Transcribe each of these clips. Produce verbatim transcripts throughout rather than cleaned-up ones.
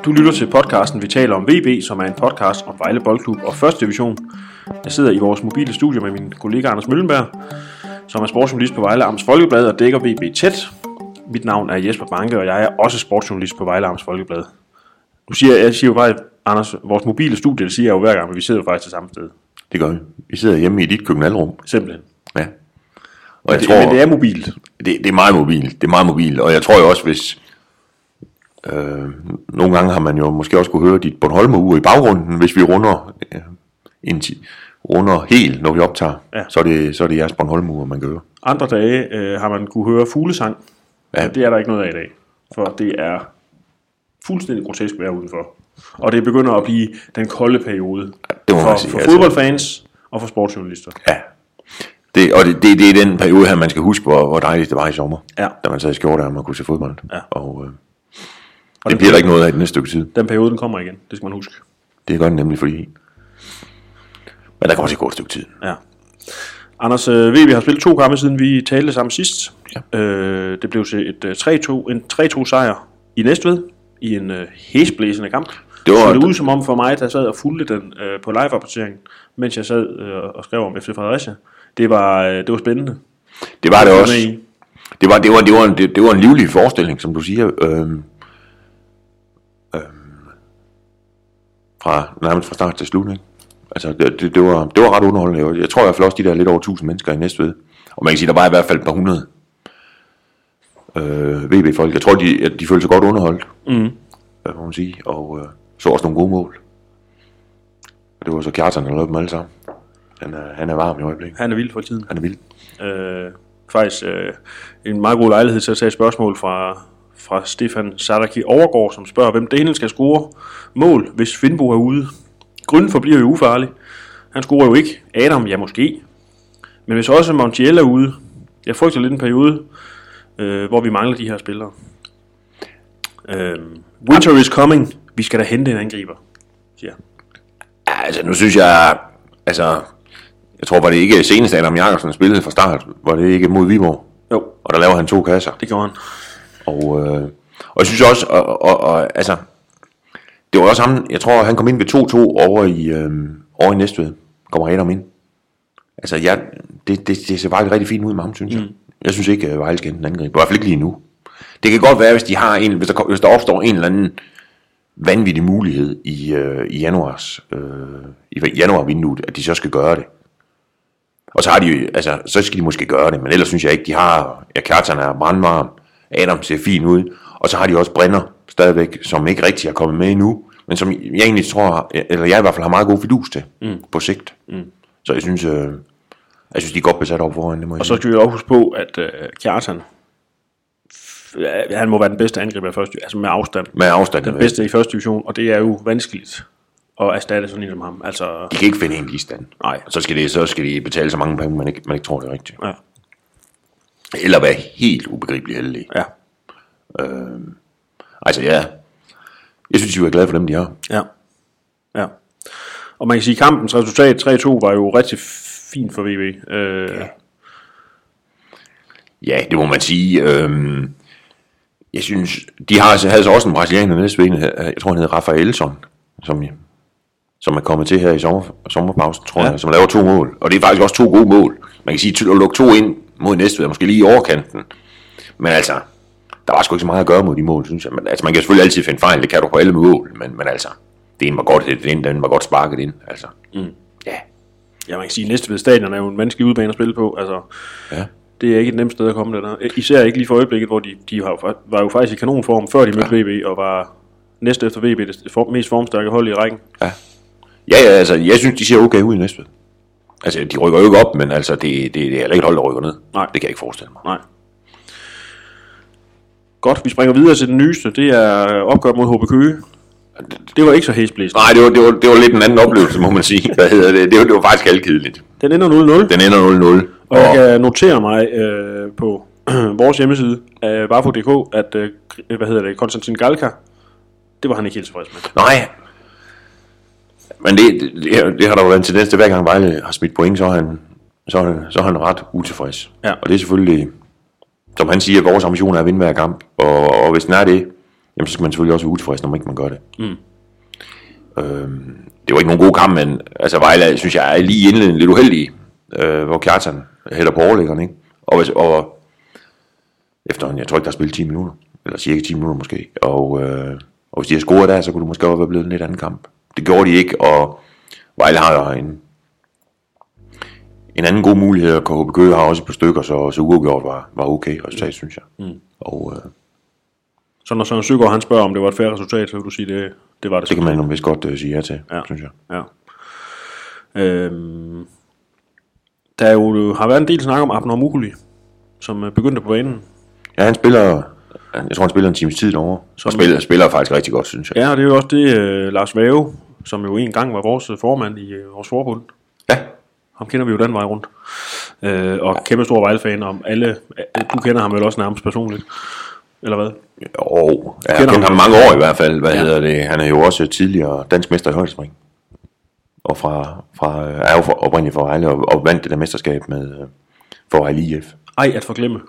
Du lytter til podcasten Vi taler om V B, som er en podcast om Vejle Boldklub og første division. Jeg sidder i vores mobile studie med min kollega Anders Møllenberg, som er sportsjournalist på Vejle Amts Folkeblad og dækker V B tæt. Mit navn er Jesper Banke, og jeg er også sportsjournalist på Vejle Amts Folkeblad. Nu siger jeg, jeg siger jo bare, Anders, vores mobile studie, det siger jeg jo hver gang, men vi sidder jo faktisk til samme sted. Det gør vi. Vi sidder hjemme i dit køkkenalrum. Simpelthen. Ja. Og men, jeg det, tror, men det er mobilt. Det, det er meget mobilt. Det er meget mobilt. Og jeg tror jo også, hvis... Øh, nogle gange har man jo måske også kunne høre dit Bornholmer-ur i baggrunden, hvis vi runder, øh, indtil, runder helt, når vi optager. Ja. Så, er det, så er det jeres Bornholmer-ur, man kan høre. Andre dage øh, har man kunne høre fuglesang. Ja. Det er der ikke noget af i dag. For det er fuldstændig grotesk vejr udenfor. Og det begynder at blive den kolde periode det må for, sige, for fodboldfans altså. Og for sportsjournalister. Ja. Det, og det, det, det er den periode her, man skal huske, hvor, hvor dejligt det var i sommer. Ja. Da man sad i skjorte, og man kunne se fodbold. Ja. Og, øh, og det bliver der ikke noget af i den næste stykke tid. Den periode, den kommer igen. Det skal man huske. Det gør den nemlig, fordi... Men der kommer også et godt stykke tid. Ja. Anders, øh, V B har spillet to kampe, siden vi talte sammen sidst. Ja. Øh, det blev til et uh, tre to, en tre to sejr i Næstved i en uh, hæsblæsende kamp. Det var det ud som om for mig, der sad og fulgte den uh, på live-rapporteringen, mens jeg sad uh, og skrev om F C Fredericia. Det var, uh, det var spændende. Det var det, det også. Det var, det, var, det, var en, det, det var en livlig forestilling, som du siger. Øhm, øhm, fra nærmest fra start til slut, ikke? Altså, det, det, det, var, det var ret underholdende. Jeg tror i hvert fald også, de der lidt over tusind mennesker i Næstved. Og man kan sige, der var i hvert fald et par hundrede øh, V B-folk. Jeg tror, de, de følte sig godt underholdt, mm. hvad må man sige. Og øh, så også nogle gode mål. Og det var så Kjartan, der lavede dem alle sammen. Han er, han er varm i øjeblikket. Han er vild for tiden. Han er vild. Øh, faktisk øh, en meget god lejlighed til at tage et spørgsmål fra, fra Stefan Sadaki Overgaard, som spørger, hvem delen skal score mål, hvis Findbo er ude. Grunden forbliver jo ufarlig. Han scorer jo ikke. Adam, ja måske. Men hvis også Montiel er ude, jeg frygter lidt en periode, øh, hvor vi mangler de her spillere. Øh, winter is coming. Vi skal da hente en angriber, siger han. Altså, nu synes jeg, altså, jeg tror, var det ikke senest Adam Jakobsen spillede fra start, var det ikke mod Viborg? Jo. Og der laver han to kasser. Det gjorde han. Og, øh, og jeg synes også, og, og, og, altså, det var også ham, jeg tror, han kom ind ved to to over i, øh, over i Næstved. Kommer Adam ind. Altså, jeg, det, det, det ser bare rigtig fint ud med ham, synes jeg. Mm. Jeg synes ikke, at Vejle skal enten angribe. I hvert fald ikke lige nu. Det kan godt være, hvis de har en, hvis der, hvis der opstår en eller anden vanvittig mulighed i, øh, i januars, øh, i januarvinduet, at de så skal gøre det. Og så har de, altså, så skal de måske gøre det, men ellers synes jeg ikke, de har, ja, Kjartan er brandvarm, Adam ser fint ud, og så har de også Brenner stadigvæk, som ikke rigtig er kommet med endnu, men som jeg egentlig tror, eller jeg i hvert fald har meget god fidus til, mm. på sigt. Mm. Så jeg synes, øh, jeg synes, de er godt besat over foran, det må jeg Og så skal vi også huske på, at øh, Kjartan, han må være den bedste angriber i første, altså med afstand. Med afstand. Den bedste i første division, og det er jo vanskeligt at erstatte sådan en som ham. Altså, de kan ikke finde en lige stand. Nej. Så skal, det, så skal de betale så mange penge, man ikke, man ikke tror, det er rigtigt. Ja. Eller være helt ubegribeligt heldige. Ja. Øh, altså ja, jeg synes, de var glade for dem, de har. Ja. Ja. Og man kan sige, at kampens resultat tre to var jo rigtig fint for V B. Øh, ja. Ja, det må man sige. Øhm, jeg synes, de har, havde så også en brasilianer næste, jeg tror han hedder Rafaelson, som, som er kommet til her i sommer, sommerpausen, tror ja. jeg, som laver to mål. Og det er faktisk også to gode mål. Man kan sige, at lukke to ind mod Næstved, måske lige i overkanten. Men altså, der var sgu ikke så meget at gøre mod de mål, synes jeg. Men, altså, man kan selvfølgelig altid finde fejl, det kan du på alle mål, men, men altså, det ene var godt, det ene, den var godt sparket ind, altså. Mm. Ja. Ja, man kan sige, at Næstved stadion er jo en vanskelig udbane at spille på, altså. Ja. Det er ikke et nemt sted at komme der. Især ikke lige for øjeblikket, hvor de, de var jo faktisk i kanonform, før de mødte ja. V B, og var næste efter V B det for, mest formstærke hold i rækken. Ja. Ja, ja, altså, jeg synes, de ser okay ud i Næstved. Altså, de rykker jo ikke op, men altså, det, det, det er heller ikke et hold, der rykker ned. Nej. Det kan jeg ikke forestille mig. Nej. Godt, vi springer videre til den nyeste. Det er opgør mod H B Køge. Det var ikke så hæsblæsende. Nej, det var, det, var, det var lidt en anden oplevelse, må man sige. Hvad hedder det? Det var, det var faktisk halvkedeligt. Den ender nul nul. Den ender nul nul. Og jeg kan notere mig øh, på vores hjemmeside af Barfo punktum d k, at øh, hvad hedder det, Konstantin Galka, det var han ikke helt tilfreds med. Nej. Men det, det, det har der jo været en tendens til, hver gang Vejle har smidt point, så er han, så er han, så er han ret utilfreds. Ja. Og det er selvfølgelig, som han siger, at vores ambition er at vinde hver kamp. Og, og hvis den er det, jamen så skal man selvfølgelig også være utilfreds, når man ikke man gør det. Mm. Øhm, det var ikke nogen god kamp, men altså Vejle, synes jeg, er lige indledende lidt uheldig, øh, hvor Kjartan hælder på overlæggeren, ikke? Og, og efter, jeg tror ikke, der har spillet ti minutter, eller cirka ti minutter måske, og, øh, og hvis de har scoret der, så kunne det måske også være blevet en lidt anden kamp. Det gjorde de ikke, og Vejle har jo en, en anden god mulighed, og K H B Køge har også et par stykker, så, så uafgjort var, var okay resultat, synes jeg. Mm. Og, øh, så når Søren Søgaard han spørger, om det var et fair resultat, så vil du sige, det, det var det. Det kan man jo vist godt uh, sige ja til, ja. synes jeg. Ja. Øhm, der jo har været en del snak om Abner Muhly, som uh, begyndte på banen. Ja, han spiller, jeg tror han spiller en times tid derovre, og spiller, spiller faktisk rigtig godt, synes jeg. Ja, og det er jo også det, uh, Lars Vave, som jo en gang var vores formand i uh, vores forbund. Ja. Ham kender vi jo den vej rundt. Øh, og kæmpe stor Vejle-fan om alle. Du kender ham vel også nærmest personligt, eller hvad? Jo, jeg har kendt ham mange år i hvert fald. Hvad ja. hedder det? Han er jo også tidligere dansk mester i højdespring. Og fra, fra, er jo oprindeligt fra Vejle og, og vandt det der mesterskab med for Vejle I F. Ej, at forglemme.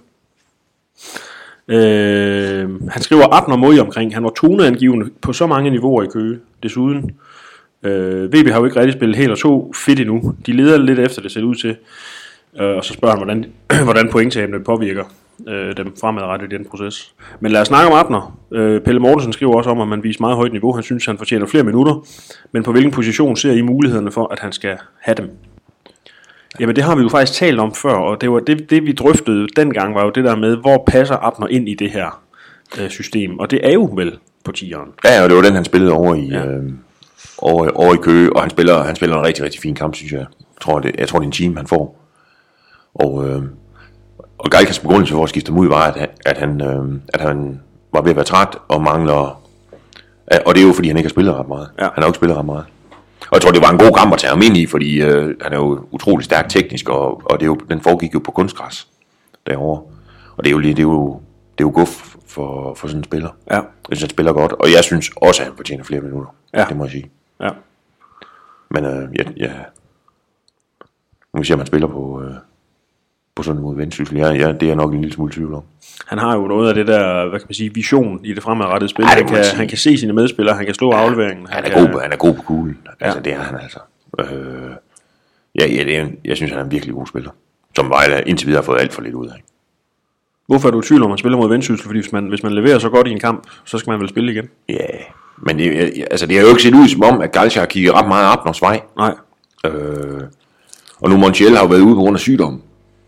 Øh, han skriver Abner Møj omkring. Han var toneangivende på så mange niveauer i Køge. Desuden Øh, V B har jo ikke rigtig spillet helt og to fedt endnu. De leder lidt efter det ser ud til. øh, Og så spørger han hvordan, hvordan pointtabene påvirker øh, dem fremadrettet i den proces. Men lad os snakke om Abner. øh, Pelle Mortensen skriver også om, at man viser meget højt niveau. Han synes han fortjener flere minutter. Men på hvilken position ser I mulighederne for at han skal have dem? Jamen det har vi jo faktisk talt om før. Og det var det, det vi drøftede dengang, var jo det der med, hvor passer Abner ind i det her øh, system. Og det er jo vel på tieren. Ja, og det var den han spillede over i ja. øh... Over, over i Køge, og han spiller, han spiller en rigtig, rigtig fin kamp, synes jeg. Jeg tror, det, jeg tror, det er en team, han får. Og, øh, og Galkas begrundelse for at skifte ham ud var, at, at, han, øh, at han var ved at være træt og mangler... Og det er jo, fordi han ikke har spillet ret meget. Ja. Han har jo ikke spillet ret meget. Og jeg tror, det var en god kamp at tage ham ind i, fordi øh, han er jo utrolig stærk teknisk, og, og det er jo, den foregik jo på kunstgræs derovre. Og det er jo lige, det er jo, det er jo guf for, for sådan en spiller. Ja. Jeg synes, han spiller godt, og jeg synes også, at han fortjener flere minutter. Ja. Det må jeg sige. Ja. Men øh, ja, ja, nu ser man spiller på øh, på sådan mod Vendsyssel. Ja, ja, det er nok en lille smule tvivl om. Han har jo noget af det der, hvad kan man sige, vision i det fremadrettede spil. Ja, han, kan, han kan se sine medspillere, han kan slå ja, afleveringen. Han, han, er kan... god, han er god på kuglen. Altså, ja. Det er han altså. Øh, ja, ja, det er, jeg synes, han er en virkelig god spiller. Som Vejle indtil videre har fået alt for lidt ud af. Hvorfor er du i tvivl om, man spiller mod Vendsyssel? Fordi hvis man, hvis man leverer så godt i en kamp, så skal man vel spille igen? Ja, men det, altså, det har jo ikke set ud som om, at Galcia har kigget ret meget op Abners vej. Nej. Øh, og nu Montiel har jo været ude på grund af sygdom.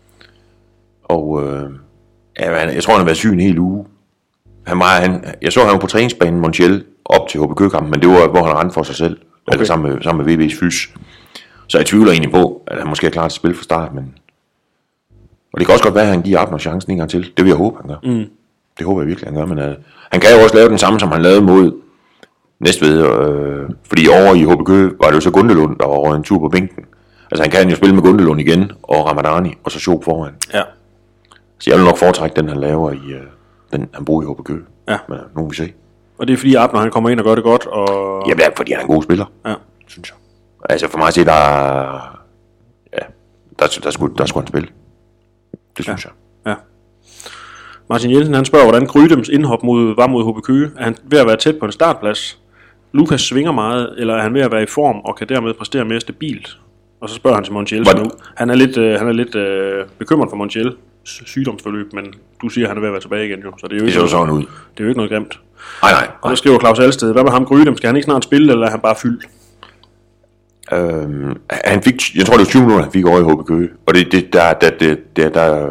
Og øh, ja, jeg tror, han har været syg en hel uge. Han var, han, jeg så ham på træningsbanen, Montiel, op til H B Køge-kampen, men det var, hvor han rendte for sig selv. Okay. Eller sammen med, sammen med V B's fys. Så jeg tvivler egentlig på, at han måske er klar til at spille fra start, men... Og det kan også godt være, at han giver Abner chancen en gang til. Det vil jeg håbe, han gør. Mm. Det håber jeg virkelig, han gør. Men uh, han kan jo også lave den samme, som han lavede mod Næstved. Øh, fordi over i H B Køge var det jo så Gundelund, der var over en tur på bænken. Altså han kan jo spille med Gundelund igen, og Ramadani, og så Schoop foran. Ja. Så jeg vil nok foretrække den, han laver i uh, den, han bruger i H B Køge. Ja. Men uh, nu vil vi se. Og det er fordi Abner, han kommer ind og gør det godt, og... Ja, det er fordi han er en god spiller. Ja. Synes jeg. Altså for mig at se, der ja, der, der, der, skulle, der skulle han spille. Det synes ja. jeg. Ja. Martin Jensen, han spørger, hvordan Grydems indhop mod, var mod H B Køge. Er han ved at være tæt på en startplads? Lukas svinger meget, eller er han ved at være i form, og kan dermed præstere mere stabilt? Og så spørger han til Montiel nu. Han er lidt, øh, han er lidt øh, bekymret for Montiels sygdomsforløb, men du siger, at han er ved at være tilbage igen. Jo. Så det er jo ikke, det noget, sådan ud. Det er jo ikke noget grimt. Nej, nej. Og så skriver Claus Alsted, hvad med ham Grydem? Skal han ikke snart spille, eller er han bare fyldt? Øhm, han fik, jeg tror det var tyve minutter han fik over i H B Køge, og det, det der, der, det, der, der,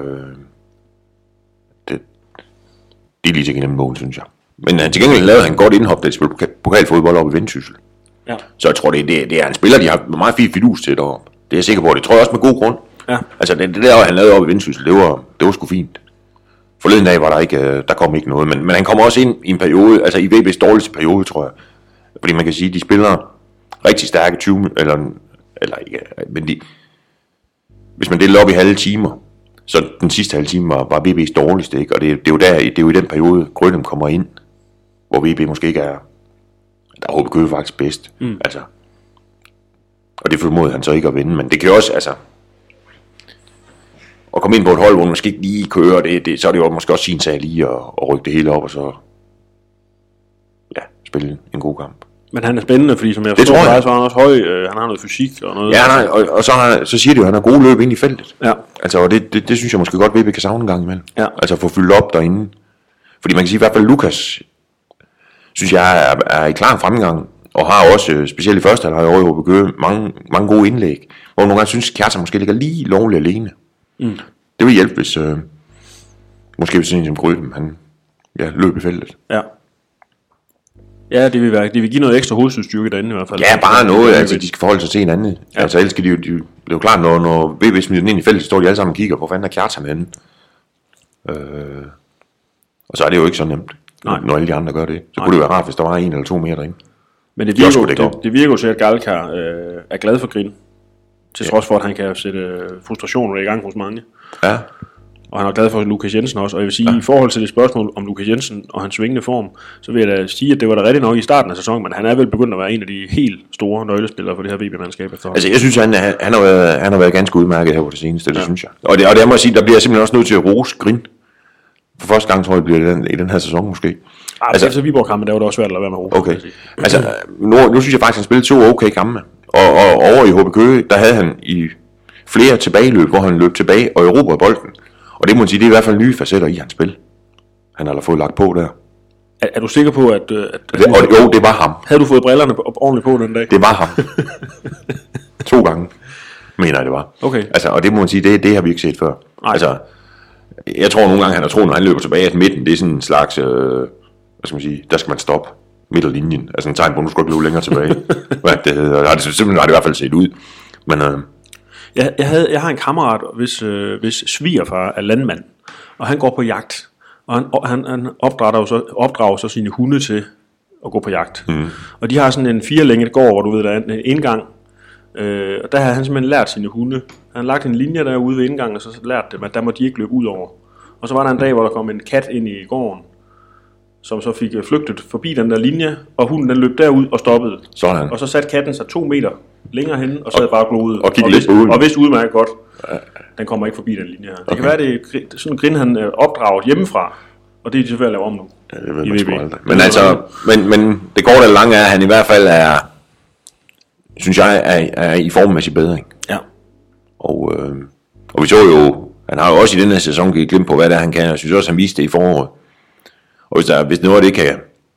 det, det er lige til gennem mål, synes jeg. Men han til gengæld lavede han godt indhop, da de spillede pokalfodbold op i Vendsyssel. Ja. Så jeg tror det, det, det er en spiller, de har meget fint fidus til deroppe. Det er jeg sikker på, det tror jeg også med god grund. Ja. Altså det, det der han lavede op i Vendsyssel, det var, det var sgu fint. Forleden dag var der ikke, der kom ikke noget, men, men han kommer også ind i en periode, altså i V B's dårligste periode, tror jeg. Fordi man kan sige, de spiller rigtig stærke tyve, eller, eller ikke, men de, hvis man deler op i halve timer, så den sidste halve time var, var V B's dårligste, ikke? Og det, det, er jo der, det er jo i den periode, Grønnem kommer ind, hvor V B måske ikke er, der er H B Køge faktisk bedst, mm. altså. Og det formåede han så ikke at vinde, men det kan jo også, altså, at komme ind på et hold, hvor man måske ikke lige kører, det, det, så er det jo måske også sin sag lige at, at rykke det hele op, og så, spille en god kamp. Men han er spændende, fordi som jeg Det tror forstår, jeg. så er han også høj, øh, han har noget fysik og noget. Ja, nej, og, og så, har, så siger de jo, at han har gode løb ind i feltet. Ja. Altså, og det, det, det synes jeg måske godt, V B kan savne en gang imellem. Ja. Altså få fyldt op derinde. Fordi man kan sige i hvert fald, Lukas, synes jeg, er, er i klar fremgang. Og har også, specielt i første halvleg over i H B Køge, mange, mange gode indlæg. Hvor nogle gange synes, Kjartan måske ligger lige lovligt alene. Mm. Det vil hjælpe, hvis øh, måske hvis en som Grøben, han ja, løb i feltet. Ja. Ja, det vil, være, det vil give noget ekstra hovedstyrke derinde i hvert fald. Ja, bare noget, altså de skal forholde sig til hinanden. Ja. Altså ellers skal de jo, de, det er jo klart, når, når V B smider den ind i feltet, så står de alle sammen og kigger på, hvor fanden er Kjartan henne. Øh, og så er det jo ikke så nemt, Nej. når alle de andre gør det. Så Nej. kunne det være rart, hvis der var en eller to mere derinde. Men det virker, det, det, det virker jo til, at Galkar øh, er glad for Grin. Til trods for, at han kan sætte øh, frustrationer i gang hos mange. Ja. Og han er glad for Lukas Jensen også. Og jeg vil sige, ja. i forhold til det spørgsmål om Lukas Jensen og hans svingende form, så vil jeg da sige, at det var da rigtig nok i starten af sæsonen, men han er vel begyndt at være en af de helt store nøglespillere for det her V B-mandskab. Altså jeg synes, han, han, har været, han har været ganske udmærket her på det seneste, det ja. synes jeg. Og det, og det jeg må sige, der bliver jeg simpelthen også nødt til at rose Grin. For første gang tror jeg, det bliver den, i den her sæson måske. Ah, altså, efter Viborg-kampen, der var det også svært at lade være med rose. Okay. Altså, nu, nu synes jeg faktisk, at han spillede to okay kampe. Og, og over i H B Køge, der havde han i flere tilbageløb, hvor han løb tilbage og erobrede bolden. Og det må man sige, det er i hvert fald nye facetter i hans spil. Han har da fået lagt på der. Er, er du sikker på, at... at det, og, jo, det var ham. Havde du fået brillerne på, ordentligt på den dag? Det var ham. to gange, mener jeg det var. Okay. Altså, og det må man sige, det, det har vi ikke set før. Nej. Altså, jeg tror nogle gange, han har troet, når han løber tilbage, at midten, det er sådan en slags... Øh, hvad skal man sige? Der skal man stoppe midt af linjen. Altså en tegn på, at nu skal ikke løbe længere tilbage. Hvad det hedder. Har det, simpelthen har det i hvert fald set ud. Men... Øh, Jeg, jeg, havde, jeg har en kammerat, hvis, øh, hvis svigerfar er landmand, og han går på jagt, og han, og han, han opdrager, så, opdrager så sine hunde til at gå på jagt. Mm. Og de har sådan en firelænget gård, hvor du ved, der er en indgang, øh, og der har han simpelthen lært sine hunde. Han har lagt en linje derude ved indgangen, og så lært dem, at der må de ikke løbe ud over. Og så var der en dag, hvor der kom en kat ind i gården, som så fik flygtet forbi den der linje, og hunden den løb derud og stoppede. Sådan. Og så satte katten sig to meter længere hen, og sad og, bare og gloede. Og, og, vidste, og vidste udmærket godt, den kommer ikke forbi den linje her. Det okay. kan være, det er sådan en Grin, han opdraget hjemmefra, og det er de selvfølgelig at lave om nu. Ja, det ved man sgu aldrig. Men altså, men, men det går da langt er, at han i hvert fald er, synes jeg, er, er i formmæssig bedring. Ja. Og, øh, og vi så jo, han har jo også i den her sæson givet glimt på, hvad det er, han kan. Jeg synes også, han viste det i foråret. Og hvis, der, hvis noget af det kan,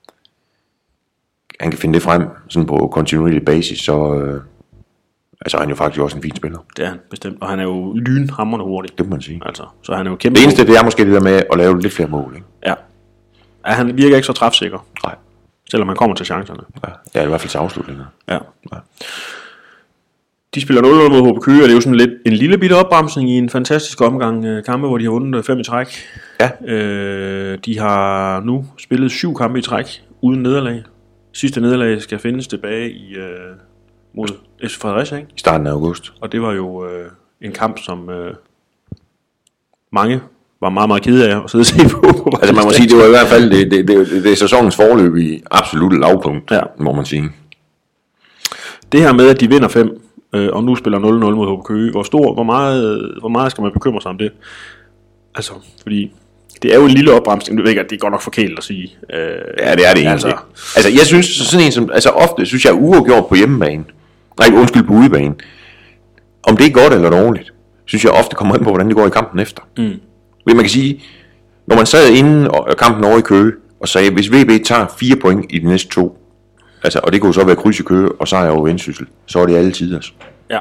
han kan finde det frem sådan på kontinuerlig basis, så øh, altså, han er jo faktisk også en fin spiller. Det er han bestemt, og han er jo lynhamrende hurtig. Det må man sige. Altså, så han er jo kæmpe. Det eneste, det er måske det der med at lave lidt flere mål, ikke? Ja. Ja, han virker ikke så træfsikker. Nej. Selvom han kommer til chancerne. Ja, ja i hvert fald til afslutninger. Ja. Ja. De spiller nul nul mod H B Køge, og det er jo sådan lidt en lille bitte opbremsning i en fantastisk omgang øh, kampe, hvor de har vundet fem i træk. Ja. Øh, de har nu spillet syv kampe i træk uden nederlag. Sidste nederlag skal findes tilbage i øh, mod F C Fredericia, ikke? I starten af august. Og det var jo øh, en kamp, som øh, mange var meget, meget kede af at sidde og se på. Altså man må sige, det var i hvert fald det, det, det, det, det er sæsonens forløb i absolut lavpunkt, ja. må man sige. Det her med, at de vinder fem, øh, og nu spiller nul nul mod H B Køge, hvor stor, hvor meget, hvor meget skal man bekymre sig om det? Altså, fordi det er jo en lille opbremsning, du ved ikke, at det er godt nok forkert at sige. Øh, ja, det er det egentlig. Altså, altså jeg synes, sådan en som, altså ofte synes jeg, uafgjort på hjemmebane, nej, undskyld, på udebane, om det er godt eller dårligt, synes jeg ofte kommer ind på, hvordan det går i kampen efter. Mm. Man kan sige, når man sad inden kampen over i Køge, og sagde, hvis V B tager fire point i de næste to, altså, og det kunne så være kryds i Køge, og sejr over Vendsyssel, så er det alle tider. Altså. Ja.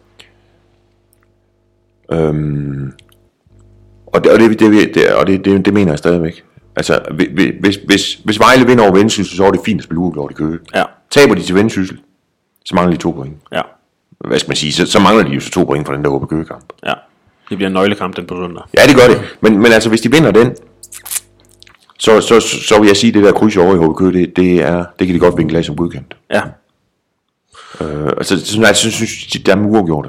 Øhm, og det, og det, det, det, og det, det, det mener jeg stadigvæk. Altså, hvis, hvis, hvis Vejle vinder over Vendsyssel, så er det fint at spille uafgjort i Køge. Ja. Taber de til Vendsyssel, så mangler de to point. Ja. Hvad skal man sige, så, så mangler de jo så to point fra den der H B Køge-kamp. Ja, det bliver en nøglekamp den på søndag. Ja, det gør det. Men, men altså, hvis de vinder den, så, så, så, så vil jeg sige, at det der kryds over i H B Køge, det, det, er, det kan de godt vinkle af som godkendt. Ja. Øh, altså, så, altså, så synes jeg, der er uafgjorte.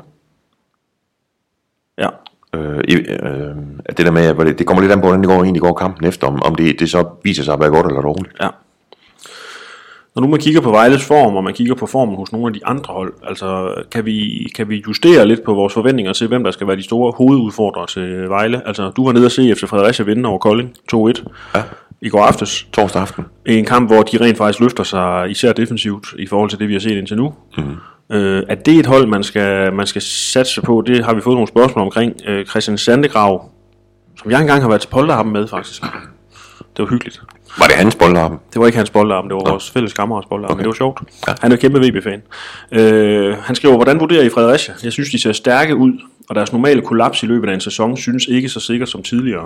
Ja. Øh, øh, det der med, det, det kommer lidt an på, hvordan det går, egentlig går kampen efter, om, om det, det så viser sig at være godt eller dårligt. Ja. Når nu man kigger på Vejles form, og man kigger på formen hos nogle af de andre hold, altså kan vi, kan vi justere lidt på vores forventninger til, hvem der skal være de store hovedudfordrere til Vejle? Altså, du var nede og se F C Fredericia vinde over Kolding to et Ja. i går aftes. Torsdag aften. En kamp, hvor de rent faktisk løfter sig især defensivt i forhold til det, vi har set indtil nu. Mm. Øh, er det et hold, man skal, man skal satse på? Det har vi fået nogle spørgsmål omkring. Øh, Christian Sandegrav, som jeg engang har været til polterappen med, faktisk. Det var hyggeligt. Var det hans boldarben? Det var ikke hans boldarben, det var vores fælles kammerats boldarben, okay. Men det var sjovt. Ja. Han er kæmpe V B-fan. Øh, han skriver, hvordan vurderer I Fredericia? Jeg synes, de ser stærke ud, og deres normale kollaps i løbet af en sæson synes ikke så sikkert som tidligere.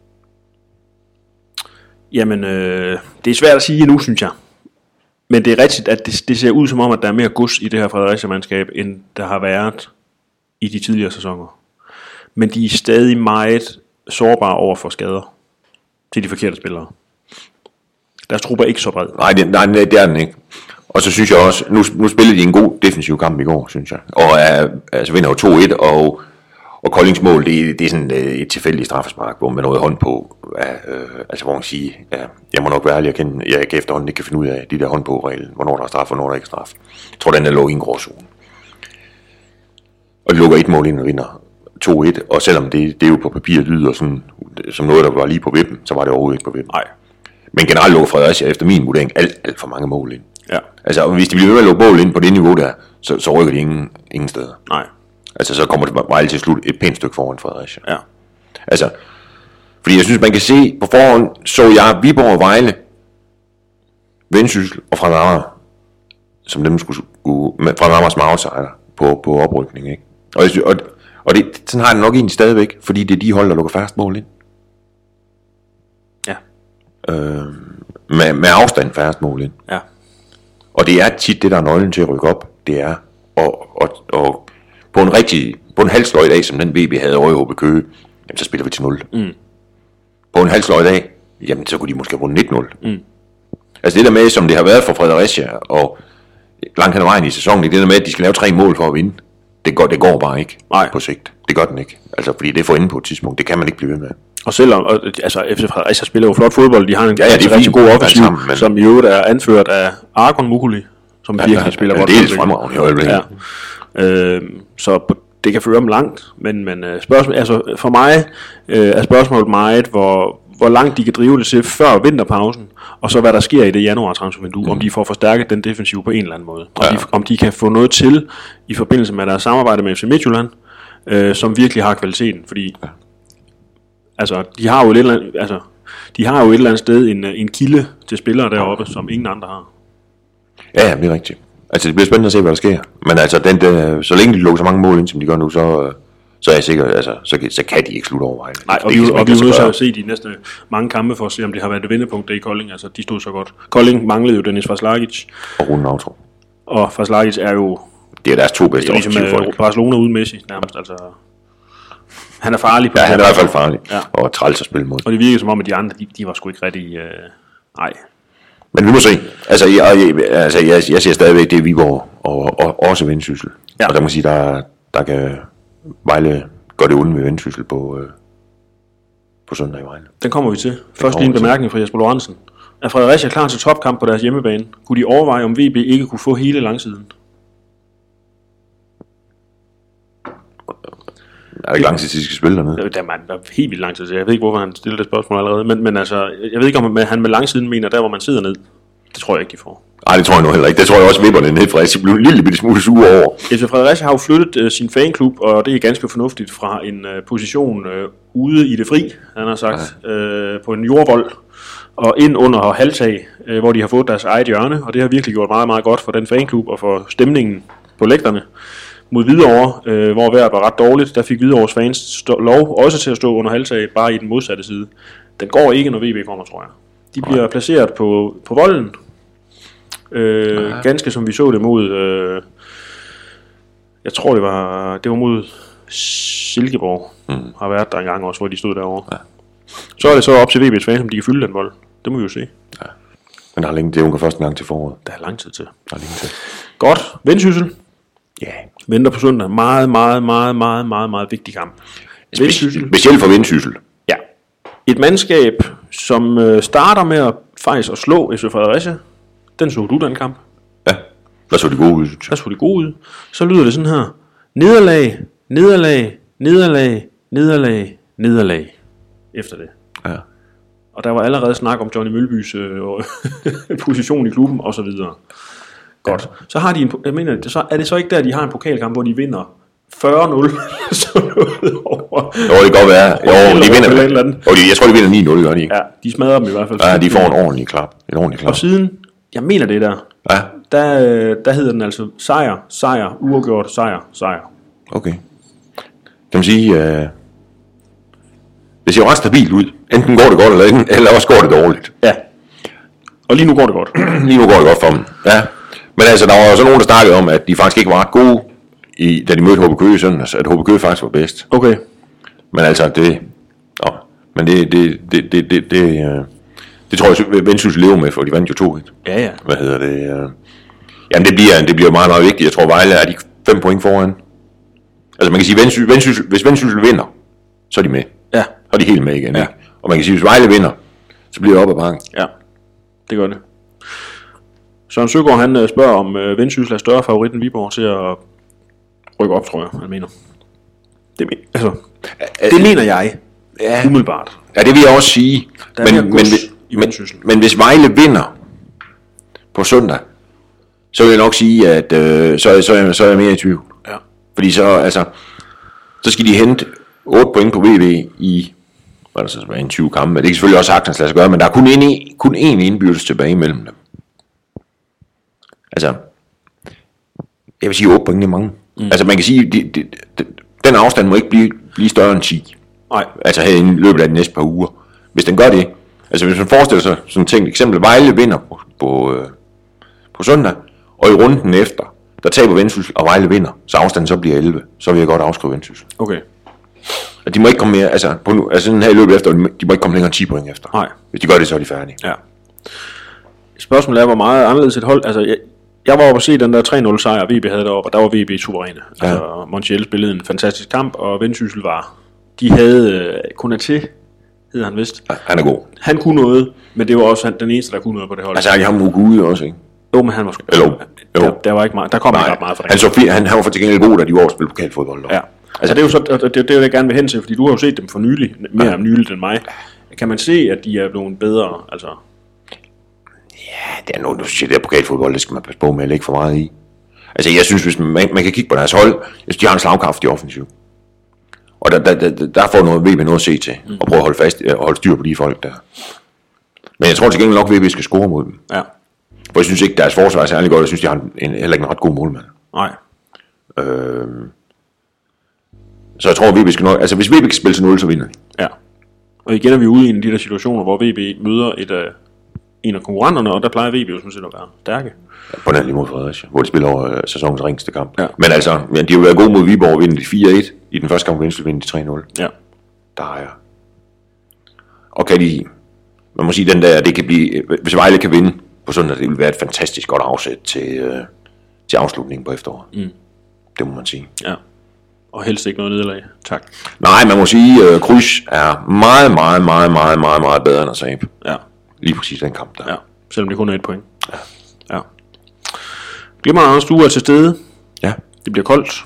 Jamen, øh, det er svært at sige endnu, synes jeg. Men det er rigtigt, at det, det ser ud som om, at der er mere gods i det her Fredericia-mandskab, end der har været i de tidligere sæsoner. Men de er stadig meget sårbare over for skader til de forkerte spillere. Deres truppe er ikke så bred. Nej, det, nej, det er den ikke. Og så synes jeg også, nu, nu spillede de en god defensiv kamp i går, synes jeg. Og uh, altså vinder jo to et, og, og Koldings mål, det, det er sådan uh, et tilfældigt straffespark, hvor man noget hånd på. Uh, uh, altså hvor man siger, uh, jeg må nok være ærlig, jeg kan, jeg kan efterhånden ikke kan finde ud af de der hånd på reglen, hvornår der er straf, og hvornår der ikke er straf. Jeg tror, den er lå i en gråzone. Og de lukker et mål ind og vinder to et, og selvom det, det er jo på papir lyder sådan, som noget, der var lige på vippen, så var det overhovedet ikke på vippen. Nej. Men generelt lukker Fredericia efter min vurdering alt, alt for mange mål ind. Ja. Altså, hvis de bliver ved med at lukke mål ind på det niveau der, så, så rykker de ingen, ingen steder. Nej. Altså, så kommer det bare til slut et pænt stykke foran Fredericia. Ja. Altså, fordi jeg synes, man kan se på forhånd, så jeg Viborg og Vejle, Vendsyssel og Fredericia, som dem skulle med Fredericia som outsider på, på oprykning, ikke? Og, jeg synes, og, og det, sådan har det nok egentlig stadigvæk, fordi det er de hold, der lukker fast mål ind. Ja. Øh, med, med afstand færrest mål ind. Ja. Og det er tit det, der er nøglen til at rykke op. Det er og, og, og på en rigtig, på en halvsløj dag, som den V B havde over i H B Køge, jamen så spiller vi til nul. Mm. På en halvsløj dag, jamen så kunne de måske have vundet nitten nul. Mm. Altså det der med, som det har været for Fredericia, og langt hen ad vejen i sæsonen, det der med, at de skal lave tre mål for at vinde, det går, det går bare ikke. Nej. På sigt. Det gør den ikke. Altså fordi det er for inde på et tidspunkt, det kan man ikke blive ved med. Og selvom, og, altså F C Fredericia spiller jo flot fodbold, de har en ja, ja, rigtig, rigtig god offensiv, sammen, men... som i øvrigt er anført af Argon Mukuli, som ja, virkelig ja, spiller ja, godt. Det er helt fremragende. Ja. Øh, så det kan føre dem langt, men, men spørgsmål, altså for mig øh, er spørgsmålet meget, hvor, hvor langt de kan drive det til før vinterpausen, og så hvad der sker i det januar-transfervindue, mm. om de får forstærket den defensive på en eller anden måde. Om, ja. de, om de kan få noget til i forbindelse med deres samarbejde med F C Midtjylland, øh, som virkelig har kvaliteten, fordi ja. altså, de har jo et eller andet, altså, de har jo et eller andet sted en, en kilde til spillere deroppe, som ingen andre har. Ja, ja, det er rigtigt. Altså, det bliver spændende at se, hvad der sker. Men altså, den, der, så længe de lukker så mange mål ind, som de gør nu, så, så er jeg sikker, altså, så, så kan de ikke slutte over Vejle. Nej, og, vi, og vi er nødt til at se de næste mange kampe for at se, om det har været et vendepunkt i Kolding. Altså, de stod så godt. Kolding manglede jo Dennis Vaslagic. Og Rune Nautrup. Og Vaslagic er jo... Det er deres to bedste offensive folk. Ligesom Barcelona uden Messi, nærmest. Altså, han er farlig på ja, han er i hvert fald farlig. Ja. Og træls at spille mod. Og det virker som om, at de andre, de, de var sgu ikke rigtig... Øh, nej. Men vi må se. Altså, jeg, jeg, altså, jeg, jeg ser stadigvæk, det er Viborg og, og også Vendsyssel. Ja. Og der må sige, der, der kan Vejle gøre det uden med Vendsyssel på, øh, på søndag i Vejle. Den kommer vi til. Først lige en bemærkning fra Jesper Lorentzen. Er Fredericia klar til topkamp på deres hjemmebane? Kunne de overveje, om V B ikke kunne få hele langsiden? Er det ikke lang tid, de skal spille dernede? Der er, der er helt vildt lang tid. Jeg ved ikke, hvorfor han stiller det spørgsmål allerede. Men, men altså, jeg ved ikke, om han med langsiden mener, der hvor man sidder ned. Det tror jeg ikke, de får. Nej, det tror jeg nu heller ikke. Det tror jeg også, vipperne ned fra. De blev en lille bitte smule sure over. F C Fredericia har jo flyttet uh, sin fanklub, og det er ganske fornuftigt, fra en uh, position uh, ude i det fri, han har sagt, ja. uh, på en jordvold, og ind under halvtag, uh, hvor de har fået deres eget hjørne, og det har virkelig gjort meget, meget godt for den fanklub og for stemningen på lægterne. Mod Hvidovre, øh, hvor vejret var ret dårligt, der fik Hvidovres fans stå, lov også til at stå under halvtag, bare i den modsatte side. Den går ikke, når V B kommer, tror jeg. De bliver Nej. placeret på, på volden, øh, ganske som vi så det mod, øh, jeg tror det var, det var mod Silkeborg, mm. har været der engang også, hvor de stod derovre. Ja. Så er det så op til V B's fans, om de kan fylde den vold. Det må vi jo se. Ja. Men der er længe, det er jo først en gang til foråret. Der er lang tid til. Der er længe til. Godt, Vendsyssel. Ja. Yeah. Venter på søndag. Meget, meget, meget, meget, meget, meget vigtig kamp. Specielt for Vendsyssel. Ja. Et mandskab, som øh, starter med at faktisk at slå F C Fredericia. Den så du, den kamp. Ja, der så de gode ud, synes jeg. Der så de gode ud. Så lyder det sådan her. Nederlag, nederlag, nederlag, nederlag, nederlag. Efter det. Ja. Og der var allerede snak om Johnny Mølbys øh, position i klubben, og så videre. Godt. Så har de en, jeg mener, så er det så ikke der, de har en pokalkamp, hvor de vinder fyrre nul, så noget over. Jo, det kan godt være. Jo, de vinder. Eller andet. Jo, de, jeg tror, de vinder ni nul, gør de ikke? Ja, de smadrer dem i hvert fald. Ja, de får en ordentlig klap. En ordentlig klap. Og siden, jeg mener det der, ja. der, der hedder den altså sejr, sejr, uafgjort, sejr, sejr. Okay. Kan man sige, øh, det ser jo ret stabilt ud. Enten går det godt, eller, enten, eller også går det dårligt. Ja. Og lige nu går det godt. Lige nu går det godt for dem. Ja. Men altså, der var jo så nogen, der snakkede om, at de faktisk ikke var ret gode, i, da de mødte H B Køge i søndags, at H B Køge faktisk var bedst. Okay. Men altså, det... Åh, men det... Det, det, det, det, det, øh, det tror jeg, Vendsyssel lever med, for de vandt jo to et. Ja, ja. Hvad hedder det? Øh, jamen, det bliver, det bliver meget, meget vigtigt. Jeg tror, Vejle er de fem point foran. Altså, man kan sige, Vendsyssel, Vendsyssel, hvis Vendsyssel vinder, så er de med. Ja. Så er de helt med igen. Ja. Ikke? Og man kan sige, hvis Vejle vinder, så bliver det op ad bakken. Ja, det gør det. Søren Søgaard, han spørger, om øh, Vendsyssel er større favorit end Viborg til at rykke op, tror jeg, han mener. Det, men, altså, det mener jeg, ja. Umiddelbart. Ja, det vil jeg også sige. Der er men, men, i men, men hvis Vejle vinder på søndag, så vil jeg nok sige, at øh, så, så, er, så er jeg mere i tvivl. Ja. Fordi så, altså, så skal de hente otte point på V V i, hvad der så er en tyve kampe. Det kan selvfølgelig også sagtens lade sig gøre, men der er kun en, kun én indbyrdes tilbage imellem dem. Altså, jeg vil sige otte point, det er mange. Mm. Altså, man kan sige, de, de, de, den afstand må ikke blive, blive større end ti. Nej. Altså her i løbet af de næste par uger. Hvis den gør det, altså hvis man forestiller sig sådan et tænkt eksempel, Vejle vinder på, på, øh, på søndag, og i runden efter, der taber Vendsyssel, og Vejle vinder, så afstanden så bliver elleve, så vil jeg godt afskrive Vendsyssel. Okay. At de må ikke komme mere, altså, på nu, altså sådan her i løbet efter, de må ikke komme længere end ti point efter. Nej. Hvis de gør det, så er de færdige. Ja. Spørgsmålet er, hvor meget anderledes et hold, altså jeg, jeg var oppe at se den der tre nul sejr, V B havde deroppe, og der var V B suveræne. Ja. Altså Montiel spillede en fantastisk kamp, og Vendsyssel var, de havde øh, Konaté, hedder han vist. Ja, han er god. Han kunne noget, men det var også han, den eneste, der kunne noget på det hold. Altså, jeg har ham ude også, ikke? Jo, men han var sgu... Eller, jo. Der, der var ikke meget, der kom Nej, ikke ret meget fra det. Han, så fint, han, han var for til gengæld god, da de var over spille pokalfodbold. Ja. Altså, det er jo så, det, det er det, jeg gerne vil hen til, fordi du har jo set dem for nylig, mere ja. nyligt end mig. Kan man se, at de er blevet bedre, altså... Ja, det er noget, du siger, det er pokalfodbold, det skal man passe på med at lægge for meget i. Altså, jeg synes, hvis man, man kan kigge på deres hold, jeg synes, de har en slagkraftig offensiv. Og der, der, der, der får noget V B noget at se til, mm. og prøve at holde, fast, og holde styr på de folk der. Men jeg tror til gengæld nok, at V B skal score mod dem. Ja. For jeg synes ikke, deres forsvar er særlig godt, jeg synes, de har en, en, heller ikke en ret god målmand. Nej. Øhm. Så jeg tror, at V B skal nok... Altså, hvis V B kan spille til nul, så vinder de. Ja. Og igen er vi ude i en af de der situationer, hvor V B møder et af, en af konkurrenterne, og der plejer V B jo sådan set at være stærke. Ja, på den lige mod Fredericia, hvor de spiller over uh, sæsonens ringeste kamp. Ja. Men altså, ja, de har jo været gode mod Viborg og vinde de fire et. I den første kamp vinder de vinder de tre nul. Ja. Der er jeg. Og kan de... Man må sige, den der, det kan blive... Hvis Vejle kan vinde på søndag, det vil være et fantastisk godt afsæt til, uh, til afslutningen på efteråret. Mm. Det må man sige. Ja. Og helst ikke noget nederlag. Tak. Nej, man må sige, at uh, Kryds er meget, meget, meget, meget, meget, meget bedre end Asab. Ja. Lige præcis den kamp der. Ja, selvom det kun er et point. Ja. Ja. Glemmer Anders, du er til stede. Ja. Det bliver koldt.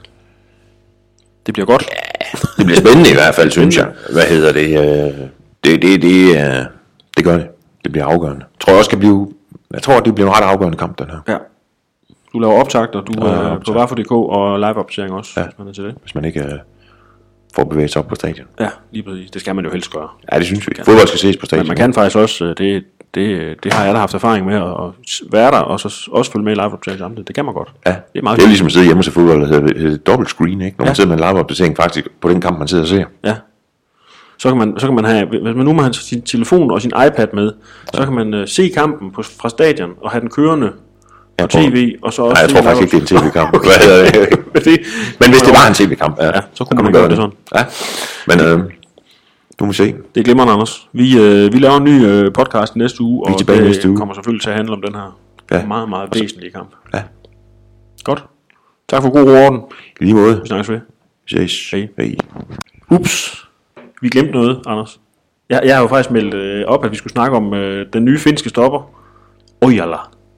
Det bliver godt. Ja, det bliver spændende i hvert fald, synes jeg. Hvad hedder det? Det, det, det, det gør det. Det bliver afgørende. Jeg tror også, kan blive... Jeg tror, det bliver en ret afgørende kamp, den her. Ja. Du laver optagter, du er optakt. På Varfor punktum d k og live-opdatering også, ja. hvis man er til det. Hvis man ikke uh, får bevæget sig op på stadion. Ja, lige præcis. Det skal man jo helst gøre. Ja, det synes vi. Fodbold skal ses på stadion. Men man kan faktisk også, det, det, det har jeg da haft erfaring med, at være der og så også følge med i live-opdatering samtidig. Det kan man godt. Ja, det er, meget det er jo ligesom at sidde hjemme og se fodbold, og hedder det dobbelt screen, ikke? Når ja. man sidder med en live-opdatering faktisk på den kamp, man sidder og ser. Ja. Så kan man, så kan man have, hvis man nu må have sin telefon og sin iPad med, ja. så kan man uh, se kampen på, fra stadion og have den kørende på tv, og så også... Nej, jeg tror faktisk ikke, det er en tv-kamp. Okay. Hvad hedder det? Men hvis det var en tv-kamp, ja, ja så kunne man, man gøre det, det sådan. Ja, men øh, du må se. Det er glimrende, Anders. Vi, øh, vi laver en ny øh, podcast næste uge, og det næste uge. kommer selvfølgelig til at handle om den her ja. meget, meget væsentlige kamp. Ja. Godt. Tak for god orden. I lige måde. Vi snakkes ved. Vi ses. Hej. Hej. Ups. Vi glemte noget, Anders. Jeg, jeg har jo faktisk meldt øh, op, at vi skulle snakke om øh, den nye finske stopper. Ojala.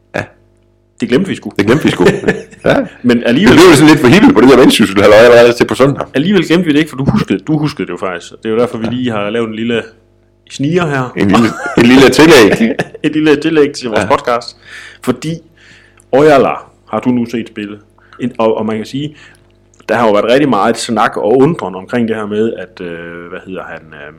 Det glemte vi sgu. Det glemte vi sgu. Ja. Men alligevel... Det blev sådan lidt for hippel på det der vendsyssel, halløj, allerede til på søndag. Alligevel glemte vi det ikke, for du huskede, du huskede det jo faktisk. Det er jo derfor, vi lige har lavet en lille sniger her. En lille, en lille tillæg. Et lille tillæg til vores ja. podcast. Fordi Ojala har du nu set spille. Og, og man kan sige, der har jo været rigtig meget snak og undren omkring det her med, at, øh, hvad hedder han... Øh,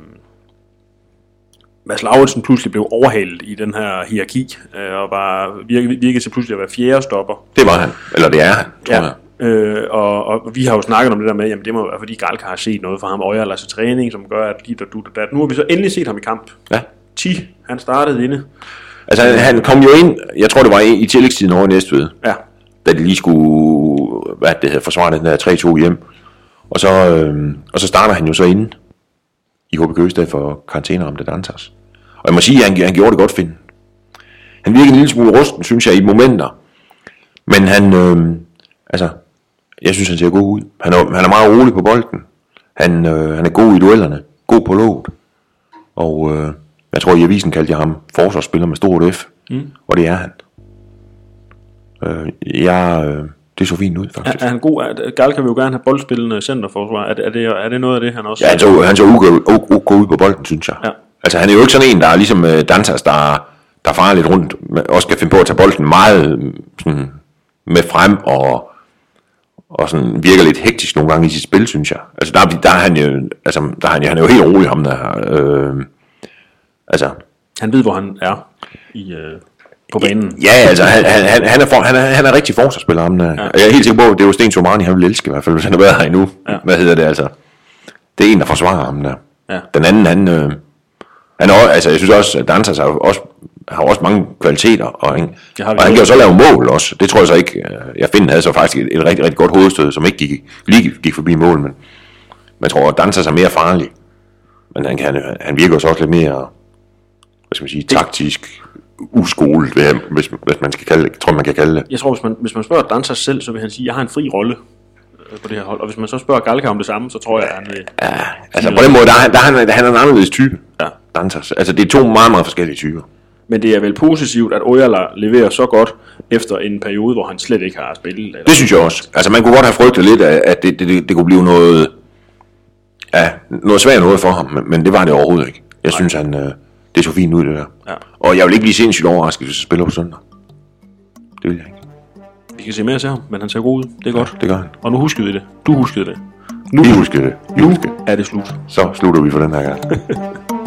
Mads Lauritsen pludselig blev overhalet i den her hierarki, øh, og var virkede, virkede til pludselig at være fjerde stopper. Det var han, eller det er han, tror ja. jeg. Øh, og, og vi har jo snakket om det der med, jamen det må være fordi Galka har set noget fra ham, og jeg har lavet sig træning, som gør, at dit og du og dat. Nu har vi så endelig set ham i kamp. Ja. ti, han startede inde. Altså han, han kom jo ind, jeg tror det var i tillægstiden over i Næstved, ja. Da de lige skulle, hvad det hedder, forsvare den der tre to hjem. Og så, øh, og så starter han jo så inde i H B Køge i stedet for karantæneramte Dantas. Og jeg må sige, at han, han gjorde det godt, Finn. Han virkede en lille smule rusten, synes jeg, i momenter. Men han, øh, altså, jeg synes, han ser god ud. Han er, han er meget rolig på bolden. Han, øh, han er god i duellerne. God på låget. Og øh, jeg tror, i avisen kaldte jeg ham forsvarsspiller med stort F. Mm. Og det er han. Øh, jeg, øh, det så fint ud, faktisk. Er, er han god? Galka vil jo gerne have boldspillende centerforsvar. Er, er, det, er det noget af det, han også... Ja, han så, han så ok ud på bolden, synes jeg. Ja. Altså, han er jo ikke sådan en, der er ligesom uh, Dantas, der, der farer lidt rundt, og skal finde på at tage bolden meget sådan, med frem, og, og sådan virker lidt hektisk nogle gange i sit spil, synes jeg. Altså, der, der er han jo, altså, der er han, han er jo helt rolig, ham der. Øh, altså... Han ved, hvor han er i... Øh på banen. Ja, altså han, han, han, er, for, han, er, han er rigtig forsvarsspiller ham der. Ja. Jeg er helt sikker på, at det er jo Sten Somani, han vil elske i hvert fald, hvis han har været her endnu. Ja. Hvad hedder det altså? Det er en, der forsvarer ham der. Ja. Den anden, han, øh, han er, altså jeg synes også, at Dantas har også, har også mange kvaliteter, og han, og han kan jo så lave mål også. Det tror jeg så ikke. Jeg finder, havde så faktisk et, et rigtig, rigtig godt hovedstød, som ikke gik, lige gik forbi mål, men jeg tror, at Dantas er mere farlig. Men han, kan, han virker også lidt mere, hvad skal man sige, taktisk uskolet, hvis, hvis man skal kalde det, tror man kan kalde det. Jeg tror, hvis man, hvis man spørger Dantas selv, så vil han sige, at jeg har en fri rolle på det her hold. Og hvis man så spørger Galka om det samme, så tror jeg, at han vil... Ja, altså på den måde, der er, der er, han, han er en anderledes type, ja. Dantas. Altså det er to meget, meget forskellige typer. Men det er vel positivt, at Ojala leverer så godt efter en periode, hvor han slet ikke har spillet. Eller? Det synes jeg også. Altså man kunne godt have frygtet lidt, at det, det, det, det kunne blive noget, ja, noget svært noget for ham, men det var det overhovedet ikke. Jeg Nej. synes, han... Det så fint ud, det der. Ja. Og jeg vil ikke blive sindssygt overrasket, hvis jeg spiller på søndag. Det vil jeg ikke. Vi kan se mere til ham, men han ser god ud. Det er ja, godt. Det gør han. Og nu husker vi det. Du huskede det. Nu, vi husker det. Vi nu husker. er det slut. Så slutter vi for den her gang.